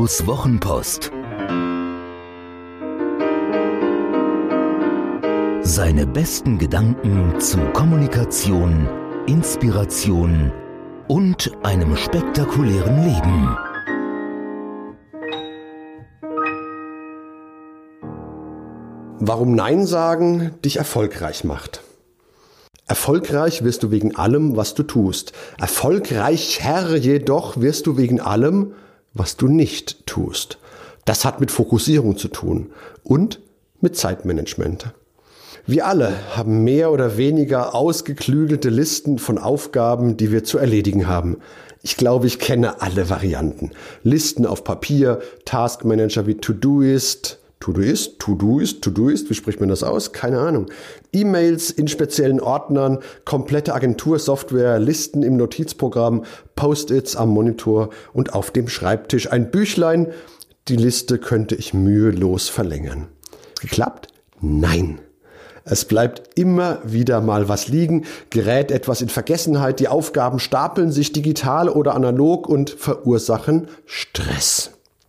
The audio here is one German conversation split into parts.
Guidos Wochenpost. Seine besten Gedanken zu Kommunikation, Inspiration und einem spektakulären Leben. Warum Nein sagen dich erfolgreich macht. Erfolgreich wirst du wegen allem, was du tust. Erfolgreicher jedoch wirst du wegen allem, was du nicht tust. Das hat mit Fokussierung zu tun und mit Zeitmanagement. Wir alle haben mehr oder weniger ausgeklügelte Listen von Aufgaben, die wir zu erledigen haben. Ich glaube, ich kenne alle Varianten. Listen auf Papier, Taskmanager wie Todoist, wie spricht man das aus? Keine Ahnung. E-Mails in speziellen Ordnern, komplette Agentursoftware, Listen im Notizprogramm, Post-its am Monitor und auf dem Schreibtisch ein Büchlein. Die Liste könnte ich mühelos verlängern. Geklappt? Nein. Es bleibt immer wieder mal was liegen, gerät etwas in Vergessenheit, die Aufgaben stapeln sich digital oder analog und verursachen Stress.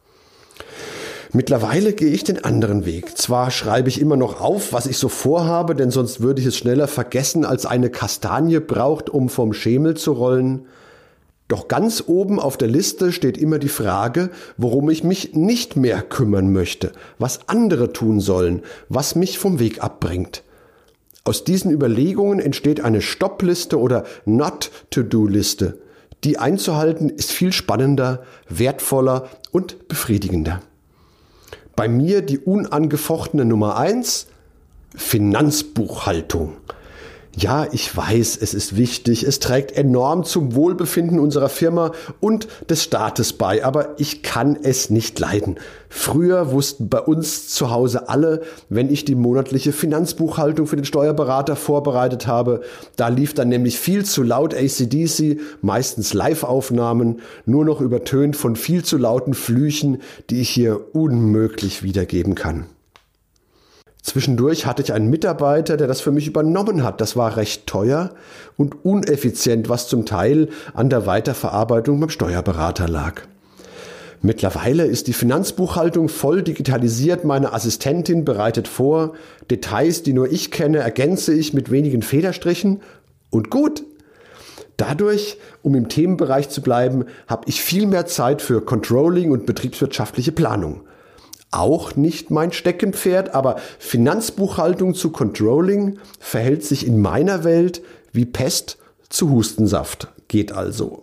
Mittlerweile gehe ich den anderen Weg. Zwar schreibe ich immer noch auf, was ich so vorhabe, denn sonst würde ich es schneller vergessen, als eine Kastanie braucht, um vom Schemel zu rollen. Doch ganz oben auf der Liste steht immer die Frage, worum ich mich nicht mehr kümmern möchte, was andere tun sollen, was mich vom Weg abbringt. Aus diesen Überlegungen entsteht eine Stoppliste oder Not-to-Do-Liste. Die einzuhalten ist viel spannender, wertvoller und befriedigender. Bei mir die unangefochtene Nummer 1, Finanzbuchhaltung. Ja, ich weiß, es ist wichtig, es trägt enorm zum Wohlbefinden unserer Firma und des Staates bei, aber ich kann es nicht leiden. Früher wussten bei uns zu Hause alle, wenn ich die monatliche Finanzbuchhaltung für den Steuerberater vorbereitet habe, da lief dann nämlich viel zu laut AC/DC, meistens Live-Aufnahmen, nur noch übertönt von viel zu lauten Flüchen, die ich hier unmöglich wiedergeben kann. Zwischendurch hatte ich einen Mitarbeiter, der das für mich übernommen hat. Das war recht teuer und uneffizient, was zum Teil an der Weiterverarbeitung beim Steuerberater lag. Mittlerweile ist die Finanzbuchhaltung voll digitalisiert. Meine Assistentin bereitet vor. Details, die nur ich kenne, ergänze ich mit wenigen Federstrichen. Und gut. Dadurch, um im Themenbereich zu bleiben, habe ich viel mehr Zeit für Controlling und betriebswirtschaftliche Planung. Auch nicht mein Steckenpferd, aber Finanzbuchhaltung zu Controlling verhält sich in meiner Welt wie Pest zu Hustensaft. Geht also.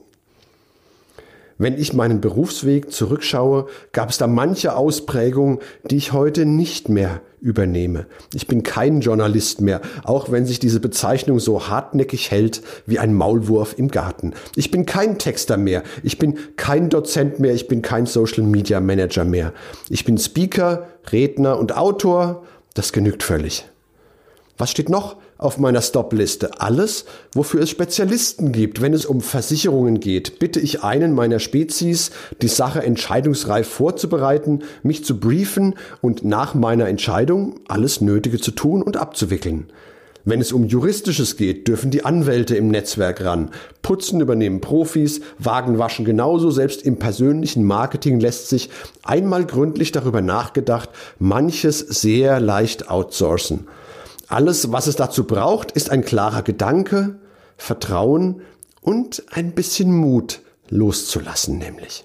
Wenn ich meinen Berufsweg zurückschaue, gab es da manche Ausprägungen, die ich heute nicht mehr übernehme. Ich bin kein Journalist mehr, auch wenn sich diese Bezeichnung so hartnäckig hält wie ein Maulwurf im Garten. Ich bin kein Texter mehr, ich bin kein Dozent mehr, ich bin kein Social Media Manager mehr. Ich bin Speaker, Redner und Autor, das genügt völlig. Was steht noch auf meiner Stop-Liste? Alles, wofür es Spezialisten gibt. Wenn es um Versicherungen geht, bitte ich einen meiner Spezies, die Sache entscheidungsreif vorzubereiten, mich zu briefen und nach meiner Entscheidung alles Nötige zu tun und abzuwickeln. Wenn es um Juristisches geht, dürfen die Anwälte im Netzwerk ran. Putzen übernehmen Profis, Wagen waschen genauso. Selbst im persönlichen Marketing lässt sich einmal gründlich darüber nachgedacht, manches sehr leicht outsourcen. Alles, was es dazu braucht, ist ein klarer Gedanke, Vertrauen und ein bisschen Mut loszulassen, nämlich.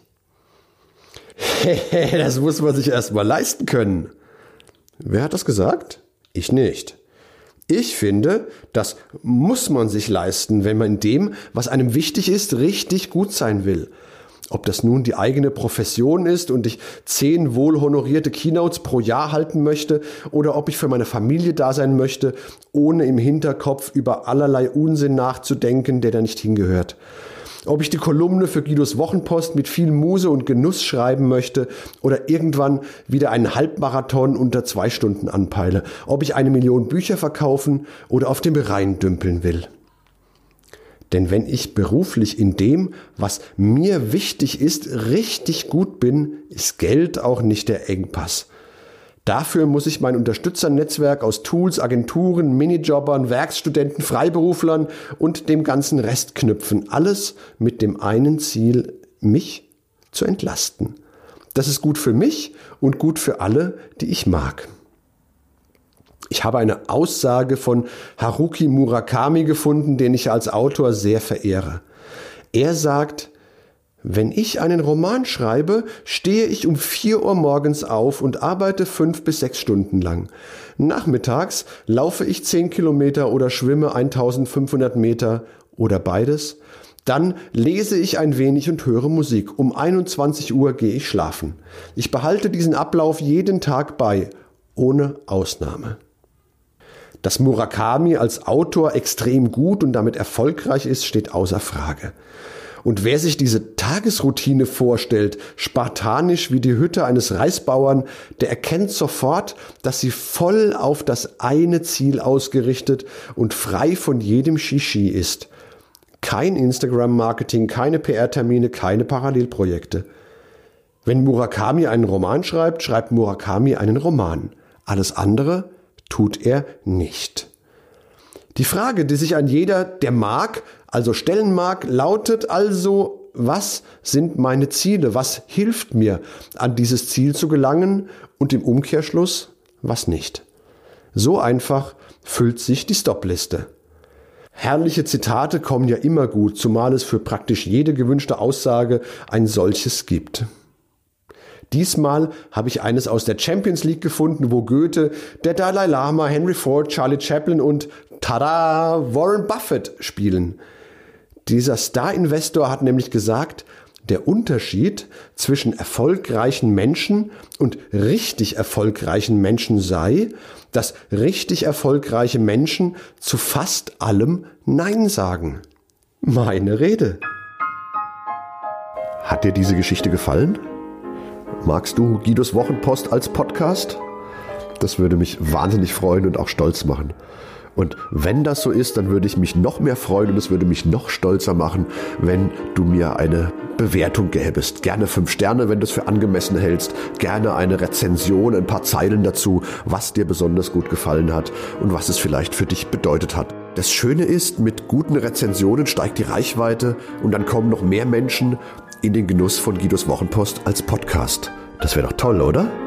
Das muss man sich erst mal leisten können. Wer hat das gesagt? Ich nicht. Ich finde, das muss man sich leisten, wenn man in dem, was einem wichtig ist, richtig gut sein will. Ob das nun die eigene Profession ist und ich 10 wohlhonorierte Keynotes pro Jahr halten möchte oder ob ich für meine Familie da sein möchte, ohne im Hinterkopf über allerlei Unsinn nachzudenken, der da nicht hingehört. Ob ich die Kolumne für Guidos Wochenpost mit viel Muse und Genuss schreiben möchte oder irgendwann wieder einen Halbmarathon unter 2 Stunden anpeile. Ob ich 1 Million Bücher verkaufen oder auf dem Rhein dümpeln will. Denn wenn ich beruflich in dem, was mir wichtig ist, richtig gut bin, ist Geld auch nicht der Engpass. Dafür muss ich mein Unterstützernetzwerk aus Tools, Agenturen, Minijobbern, Werkstudenten, Freiberuflern und dem ganzen Rest knüpfen. Alles mit dem einen Ziel, mich zu entlasten. Das ist gut für mich und gut für alle, die ich mag. Ich habe eine Aussage von Haruki Murakami gefunden, den ich als Autor sehr verehre. Er sagt: Wenn ich einen Roman schreibe, stehe ich um 4 Uhr morgens auf und arbeite 5 bis 6 Stunden lang. Nachmittags laufe ich 10 Kilometer oder schwimme 1500 Meter oder beides. Dann lese ich ein wenig und höre Musik. Um 21 Uhr gehe ich schlafen. Ich behalte diesen Ablauf jeden Tag bei, ohne Ausnahme. Dass Murakami als Autor extrem gut und damit erfolgreich ist, steht außer Frage. Und wer sich diese Tagesroutine vorstellt, spartanisch wie die Hütte eines Reisbauern, der erkennt sofort, dass sie voll auf das eine Ziel ausgerichtet und frei von jedem Shishi ist. Kein Instagram-Marketing, keine PR-Termine, keine Parallelprojekte. Wenn Murakami einen Roman schreibt, schreibt Murakami einen Roman. Alles andere tut er nicht. Die Frage, die sich ein jeder, der mag, also stellen mag, lautet also: Was sind meine Ziele? Was hilft mir, an dieses Ziel zu gelangen? Und im Umkehrschluss, was nicht? So einfach füllt sich die Stopliste. Herrliche Zitate kommen ja immer gut, zumal es für praktisch jede gewünschte Aussage ein solches gibt. Diesmal habe ich eines aus der Champions League gefunden, wo Goethe, der Dalai Lama, Henry Ford, Charlie Chaplin und tada, Warren Buffett spielen. Dieser Star-Investor hat nämlich gesagt, der Unterschied zwischen erfolgreichen Menschen und richtig erfolgreichen Menschen sei, dass richtig erfolgreiche Menschen zu fast allem Nein sagen. Meine Rede. Hat dir diese Geschichte gefallen? Magst du Guidos Wochenpost als Podcast? Das würde mich wahnsinnig freuen und auch stolz machen. Und wenn das so ist, dann würde ich mich noch mehr freuen und es würde mich noch stolzer machen, wenn du mir eine Bewertung gäbest. Gerne 5 Sterne, wenn du es für angemessen hältst. Gerne eine Rezension, ein paar Zeilen dazu, was dir besonders gut gefallen hat und was es vielleicht für dich bedeutet hat. Das Schöne ist, mit guten Rezensionen steigt die Reichweite und dann kommen noch mehr Menschen in den Genuss von Guidos Wochenpost als Podcast. Das wäre doch toll, oder?